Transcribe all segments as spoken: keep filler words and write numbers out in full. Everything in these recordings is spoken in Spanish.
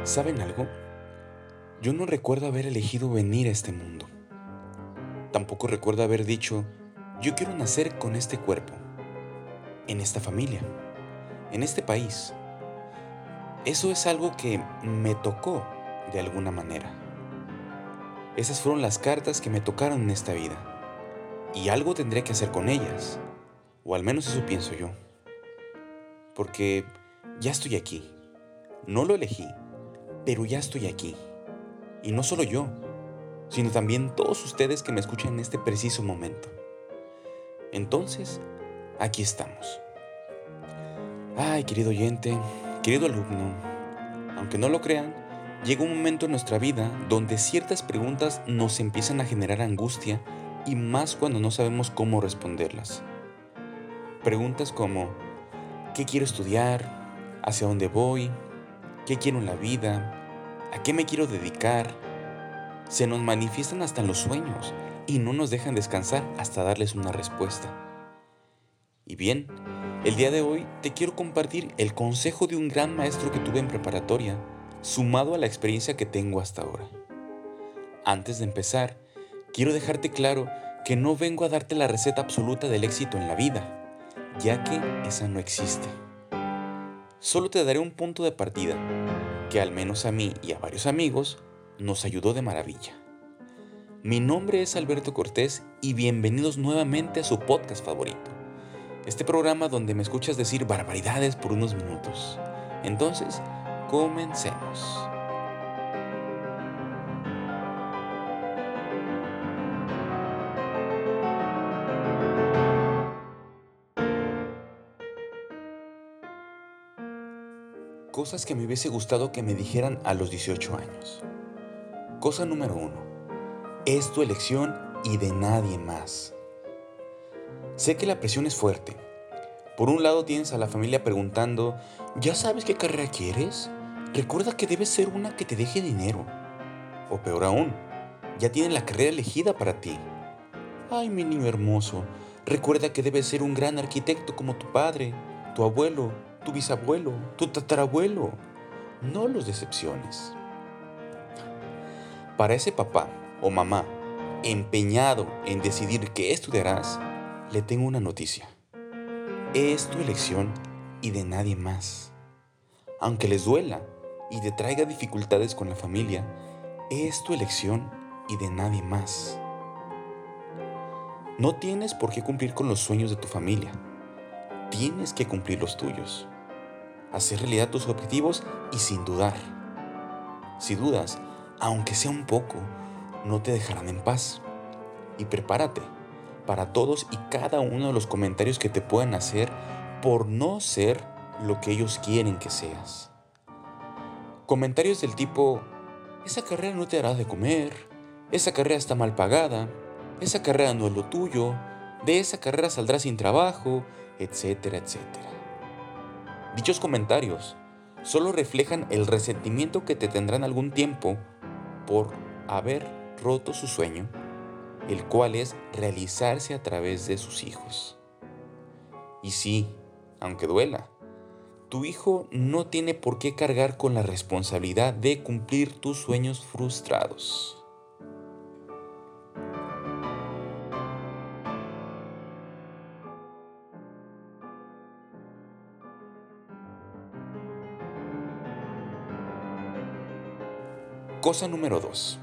¿Saben algo? Yo no recuerdo haber elegido venir a este mundo. Tampoco recuerdo haber dicho, yo quiero nacer con este cuerpo, en esta familia, en este país. Eso es algo que me tocó de alguna manera. Esas fueron las cartas que me tocaron en esta vida. Y algo tendré que hacer con ellas. O al menos eso pienso yo. Porque ya estoy aquí. No lo elegí, pero ya estoy aquí. Y no solo yo, sino también todos ustedes que me escuchan en este preciso momento. Entonces, aquí estamos. Ay, querido oyente, querido alumno, aunque no lo crean, llega un momento en nuestra vida donde ciertas preguntas nos empiezan a generar angustia y más cuando no sabemos cómo responderlas. Preguntas como, ¿qué quiero estudiar? ¿Hacia dónde voy? ¿Qué quiero en la vida? ¿A qué me quiero dedicar? Se nos manifiestan hasta en los sueños y no nos dejan descansar hasta darles una respuesta. Y bien, el día de hoy te quiero compartir el consejo de un gran maestro que tuve en preparatoria, sumado a la experiencia que tengo hasta ahora. Antes de empezar, quiero dejarte claro que no vengo a darte la receta absoluta del éxito en la vida, ya que esa no existe. Solo te daré un punto de partida, que al menos a mí y a varios amigos nos ayudó de maravilla. Mi nombre es Alberto Cortés y bienvenidos nuevamente a su podcast favorito. Este programa donde me escuchas decir barbaridades por unos minutos. Entonces, comencemos. Cosas que me hubiese gustado que me dijeran a los dieciocho años. Cosa número uno. Es tu elección y de nadie más. Sé que la presión es fuerte. Por un lado tienes a la familia preguntando, ¿ya sabes qué carrera quieres? Recuerda que debe ser una que te deje dinero. O peor aún, ya tienen la carrera elegida para ti. Ay, mi niño hermoso, recuerda que debes ser un gran arquitecto como tu padre, tu abuelo, tu bisabuelo, tu tatarabuelo. No los decepciones. Para ese papá o mamá empeñado en decidir qué estudiarás, le tengo una noticia. Es tu elección y de nadie más. Aunque les duela y te traiga dificultades con la familia, es tu elección y de nadie más. No tienes por qué cumplir con los sueños de tu familia. Tienes que cumplir los tuyos. Hacer realidad tus objetivos y sin dudar. Si dudas, aunque sea un poco, no te dejarán en paz. Y prepárate para todos y cada uno de los comentarios que te puedan hacer por no ser lo que ellos quieren que seas. Comentarios del tipo, esa carrera no te hará de comer, esa carrera está mal pagada, esa carrera no es lo tuyo, de esa carrera saldrás sin trabajo, etcétera, etcétera. Dichos comentarios solo reflejan el resentimiento que te tendrán algún tiempo por haber roto su sueño, el cual es realizarse a través de sus hijos. Y sí, aunque duela, tu hijo no tiene por qué cargar con la responsabilidad de cumplir tus sueños frustrados. Cosa número dos.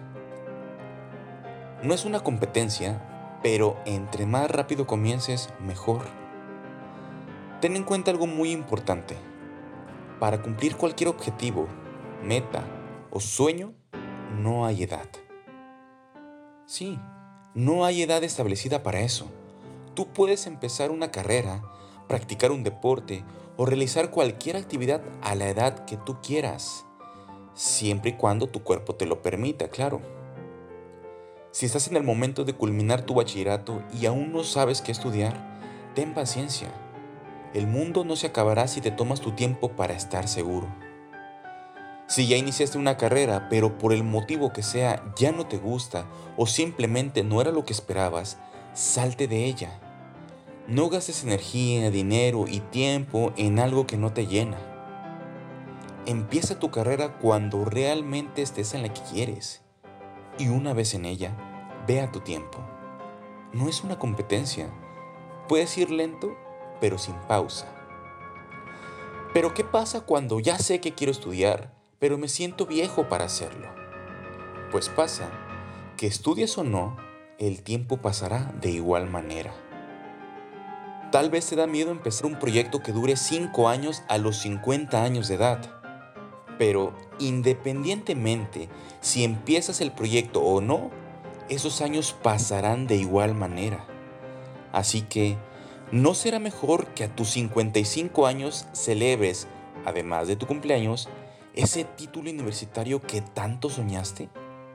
No es una competencia, pero entre más rápido comiences, mejor. Ten en cuenta algo muy importante. Para cumplir cualquier objetivo, meta o sueño, no hay edad. Sí, no hay edad establecida para eso. Tú puedes empezar una carrera, practicar un deporte o realizar cualquier actividad a la edad que tú quieras, siempre y cuando tu cuerpo te lo permita, claro. Si estás en el momento de culminar tu bachillerato y aún no sabes qué estudiar, ten paciencia. El mundo no se acabará si te tomas tu tiempo para estar seguro. Si ya iniciaste una carrera, pero por el motivo que sea ya no te gusta o simplemente no era lo que esperabas, salte de ella. No gastes energía, dinero y tiempo en algo que no te llena. Empieza tu carrera cuando realmente estés en la que quieres. Y una vez en ella, ve a tu tiempo. No es una competencia. Puedes ir lento, pero sin pausa. Pero ¿qué pasa cuando ya sé que quiero estudiar, pero me siento viejo para hacerlo? Pues pasa que estudies o no, el tiempo pasará de igual manera. Tal vez te da miedo empezar un proyecto que dure cinco años a los cincuenta años de edad. Pero independientemente si empiezas el proyecto o no, esos años pasarán de igual manera. Así que, ¿no será mejor que a tus cincuenta y cinco años celebres, además de tu cumpleaños, ese título universitario que tanto soñaste?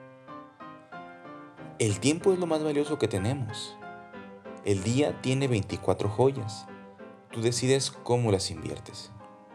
El tiempo es lo más valioso que tenemos. El día tiene veinticuatro joyas. Tú decides cómo las inviertes.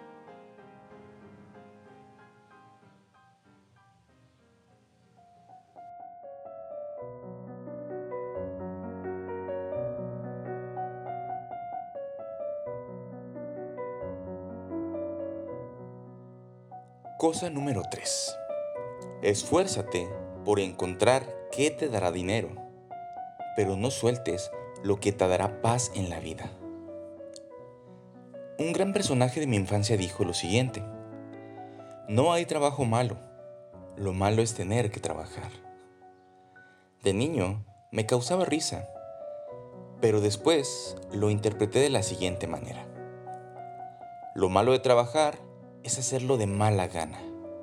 Cosa número tres. Esfuérzate por encontrar qué te dará dinero, pero no sueltes lo que te dará paz en la vida. Un gran personaje de mi infancia dijo lo siguiente: no hay trabajo malo, lo malo es tener que trabajar. De niño me causaba risa, pero después lo interpreté de la siguiente manera: lo malo de trabajar es hacerlo de mala gana.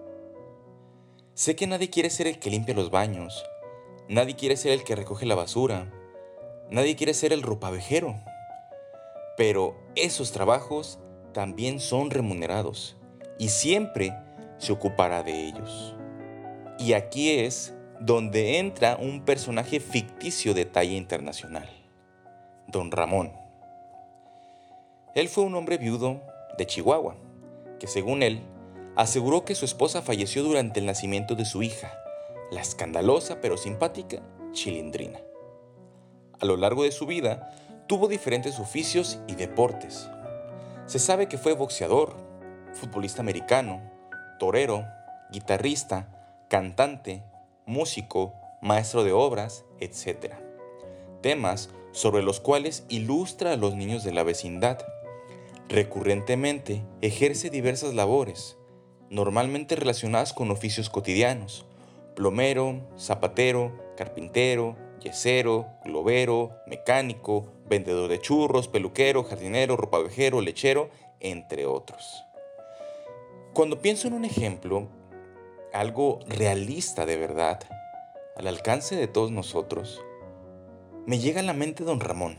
Sé que nadie quiere ser el que limpia los baños, nadie quiere ser el que recoge la basura, nadie quiere ser el ropavejero, pero esos trabajos también son remunerados y siempre se ocupará de ellos. Y aquí es donde entra un personaje ficticio de talla internacional, Don Ramón. Él fue un hombre viudo de Chihuahua, que según él, aseguró que su esposa falleció durante el nacimiento de su hija, la escandalosa pero simpática Chilindrina. A lo largo de su vida, tuvo diferentes oficios y deportes. Se sabe que fue boxeador, futbolista americano, torero, guitarrista, cantante, músico, maestro de obras, etcétera. Temas sobre los cuales ilustra a los niños de la vecindad. Recurrentemente ejerce diversas labores, normalmente relacionadas con oficios cotidianos: plomero, zapatero, carpintero, yesero, globero, mecánico, vendedor de churros, peluquero, jardinero, ropavejero, lechero, entre otros. Cuando pienso en un ejemplo, algo realista de verdad, al alcance de todos nosotros, me llega a la mente Don Ramón.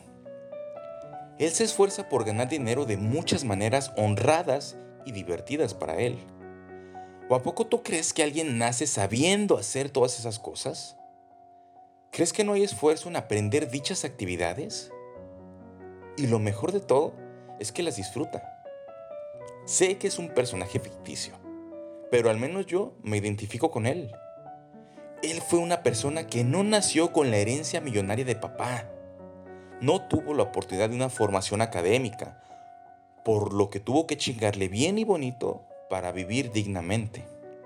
Él se esfuerza por ganar dinero de muchas maneras honradas y divertidas para él. ¿O a poco tú crees que alguien nace sabiendo hacer todas esas cosas? ¿Crees que no hay esfuerzo en aprender dichas actividades? Y lo mejor de todo es que las disfruta. Sé que es un personaje ficticio, pero al menos yo me identifico con él. Él fue una persona que no nació con la herencia millonaria de papá. No tuvo la oportunidad de una formación académica, por lo que tuvo que chingarle bien y bonito para vivir dignamente.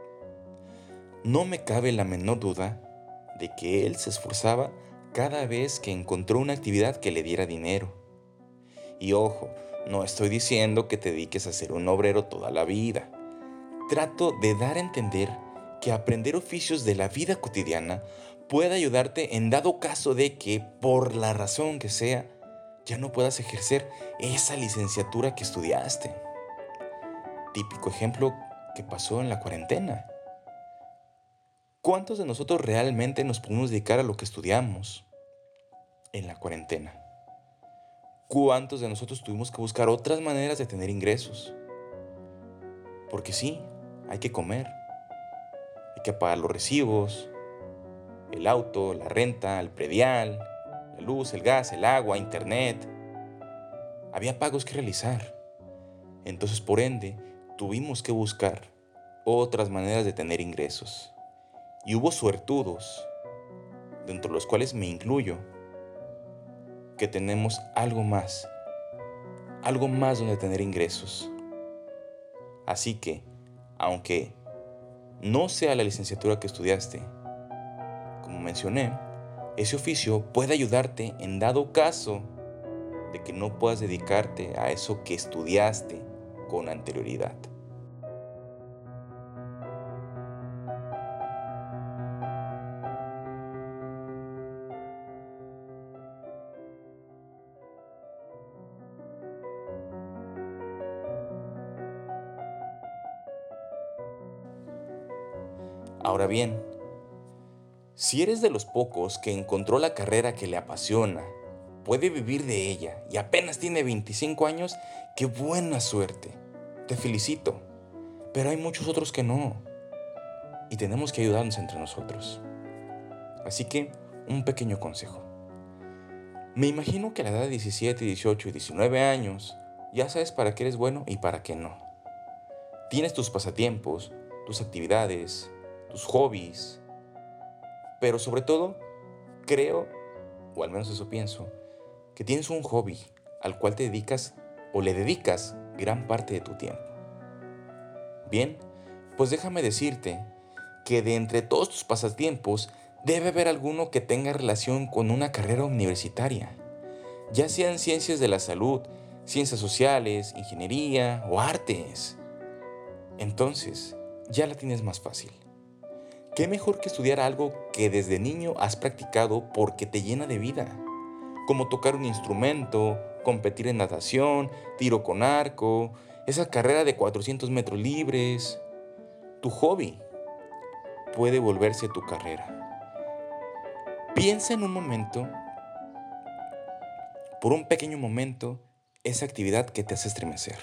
No me cabe la menor duda de que él se esforzaba cada vez que encontró una actividad que le diera dinero. Y ojo, no estoy diciendo que te dediques a ser un obrero toda la vida. Trato de dar a entender que aprender oficios de la vida cotidiana puede ayudarte en dado caso de que, por la razón que sea, ya no puedas ejercer esa licenciatura que estudiaste. Típico ejemplo que pasó en la cuarentena. ¿Cuántos de nosotros realmente nos podemos dedicar a lo que estudiamos en la cuarentena? ¿Cuántos de nosotros tuvimos que buscar otras maneras de tener ingresos? Porque sí, hay que comer, hay que pagar los recibos, el auto, la renta, el predial, la luz, el gas, el agua, internet. Había pagos que realizar. Entonces, por ende, tuvimos que buscar otras maneras de tener ingresos. Y hubo suertudos, dentro de los cuales me incluyo, que tenemos algo más, algo más donde tener ingresos. Así que, Aunque no sea la licenciatura que estudiaste, como mencioné, ese oficio puede ayudarte en dado caso de que no puedas dedicarte a eso que estudiaste con anterioridad. Ahora bien, si eres de los pocos que encontró la carrera que le apasiona, puede vivir de ella y apenas tiene veinticinco años, ¡qué buena suerte! Te felicito, pero hay muchos otros que no, y tenemos que ayudarnos entre nosotros. Así que, un pequeño consejo. Me imagino que a la edad de diecisiete, dieciocho y diecinueve años, ya sabes para qué eres bueno y para qué no. Tienes tus pasatiempos, tus actividades, tus hobbies, pero sobre todo, creo, o al menos eso pienso, que tienes un hobby al cual te dedicas o le dedicas gran parte de tu tiempo. Bien, pues déjame decirte que de entre todos tus pasatiempos debe haber alguno que tenga relación con una carrera universitaria, ya sean ciencias de la salud, ciencias sociales, ingeniería o artes. Entonces, ya la tienes más fácil. ¿Qué mejor que estudiar algo que desde niño has practicado porque te llena de vida? Como tocar un instrumento, competir en natación, tiro con arco, esa carrera de cuatrocientos metros libres. Tu hobby puede volverse tu carrera. Piensa en un momento, por un pequeño momento, esa actividad que te hace estremecer.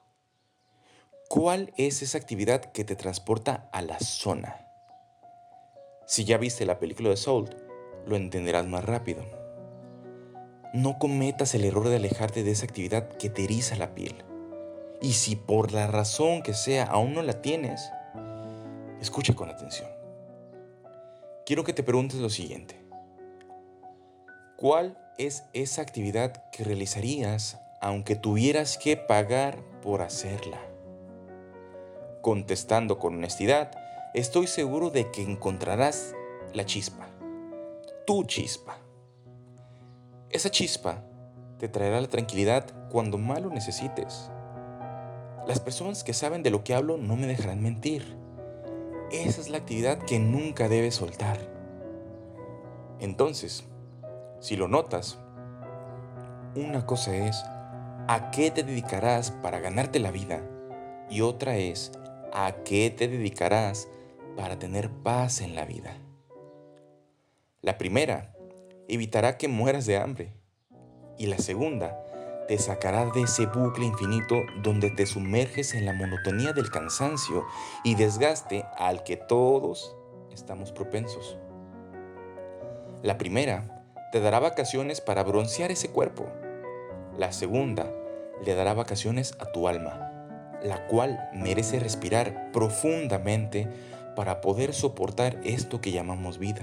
¿Cuál es esa actividad que te transporta a la zona? Si ya viste la película de Soul, lo entenderás más rápido. No cometas el error de alejarte de esa actividad que te eriza la piel. Y si por la razón que sea aún no la tienes, escucha con atención. Quiero que te preguntes lo siguiente. ¿Cuál es esa actividad que realizarías aunque tuvieras que pagar por hacerla? Contestando con honestidad, estoy seguro de que encontrarás la chispa, tu chispa. Esa chispa te traerá la tranquilidad cuando más lo necesites. Las personas que saben de lo que hablo no me dejarán mentir. Esa es la actividad que nunca debes soltar. Entonces, si lo notas, una cosa es a qué te dedicarás para ganarte la vida y otra es a qué te dedicarás para tener paz en la vida. La primera evitará que mueras de hambre y la segunda te sacará de ese bucle infinito donde te sumerges en la monotonía del cansancio y desgaste al que todos estamos propensos. La primera te dará vacaciones para broncear ese cuerpo. La segunda le dará vacaciones a tu alma, la cual merece respirar profundamente para poder soportar esto que llamamos vida.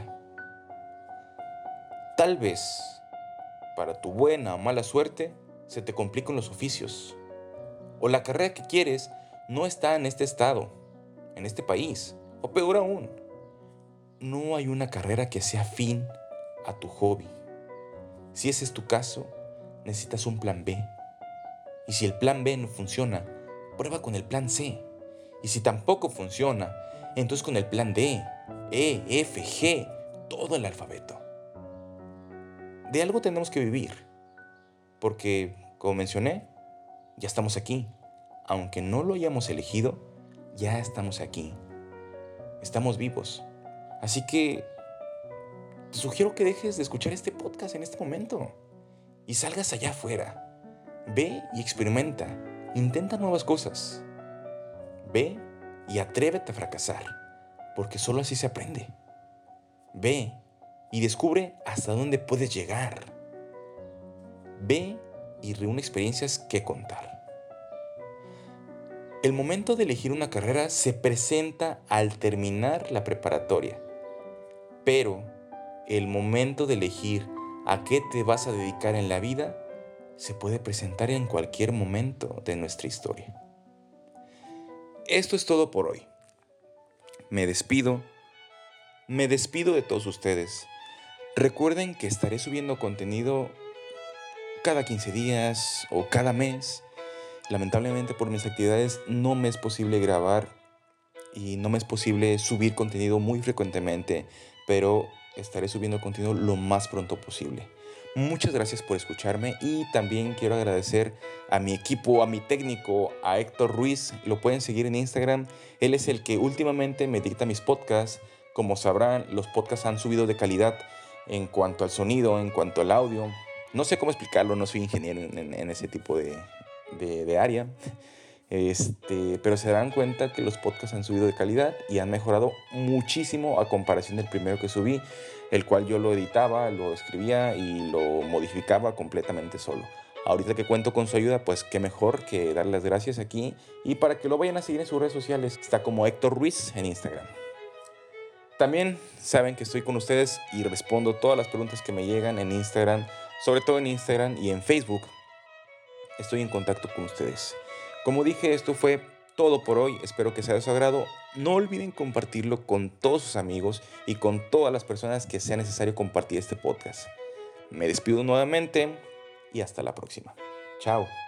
Tal vez, para tu buena o mala suerte, se te complican los oficios, o la carrera que quieres no está en este estado, en este país, o peor aún, no hay una carrera que sea afín a tu hobby. Si ese es tu caso, necesitas un plan B. Y si el plan B no funciona, prueba con el plan C. Y si tampoco funciona, entonces con el plan D, E, F, G, todo el alfabeto. De algo tenemos que vivir, porque, como mencioné, ya estamos aquí. Aunque no lo hayamos elegido, ya estamos aquí. Estamos vivos. Así que te sugiero que dejes de escuchar este podcast en este momento y salgas allá afuera. Ve y experimenta. Intenta nuevas cosas. Ve y atrévete a fracasar, porque solo así se aprende. Ve y descubre hasta dónde puedes llegar. Ve y reúne experiencias que contar. El momento de elegir una carrera se presenta al terminar la preparatoria, pero el momento de elegir a qué te vas a dedicar en la vida se puede presentar en cualquier momento de nuestra historia. esto es todo por hoy. Me despido. Me despido de todos ustedes. Recuerden que estaré subiendo contenido cada quince días o cada mes. Lamentablemente por mis actividades no me es posible grabar y no me es posible subir contenido muy frecuentemente, pero estaré subiendo contenido lo más pronto posible. Muchas gracias por escucharme y también quiero agradecer a mi equipo, a mi técnico, a Héctor Ruiz. Lo pueden seguir en Instagram. Él es el que últimamente me dicta mis podcasts. Como sabrán, los podcasts han subido de calidad en cuanto al sonido, en cuanto al audio. No sé cómo explicarlo, no soy ingeniero en, en, en ese tipo de, de, de área. Este, pero se darán cuenta que los podcasts han subido de calidad y han mejorado muchísimo a comparación del primero que subí, el cual yo lo editaba, lo escribía y lo modificaba completamente solo. Ahorita que cuento con su ayuda, pues qué mejor que darle las gracias aquí y para que lo vayan a seguir en sus redes sociales. Está como Héctor Ruiz en Instagram. También saben que estoy con ustedes y respondo todas las preguntas que me llegan en Instagram, sobre todo en Instagram y en Facebook. Estoy en contacto con ustedes. Como dije, esto fue todo por hoy. Espero que sea de su agrado. No olviden compartirlo con todos sus amigos y con todas las personas que sea necesario compartir este podcast. Me despido nuevamente y hasta la próxima. Chao.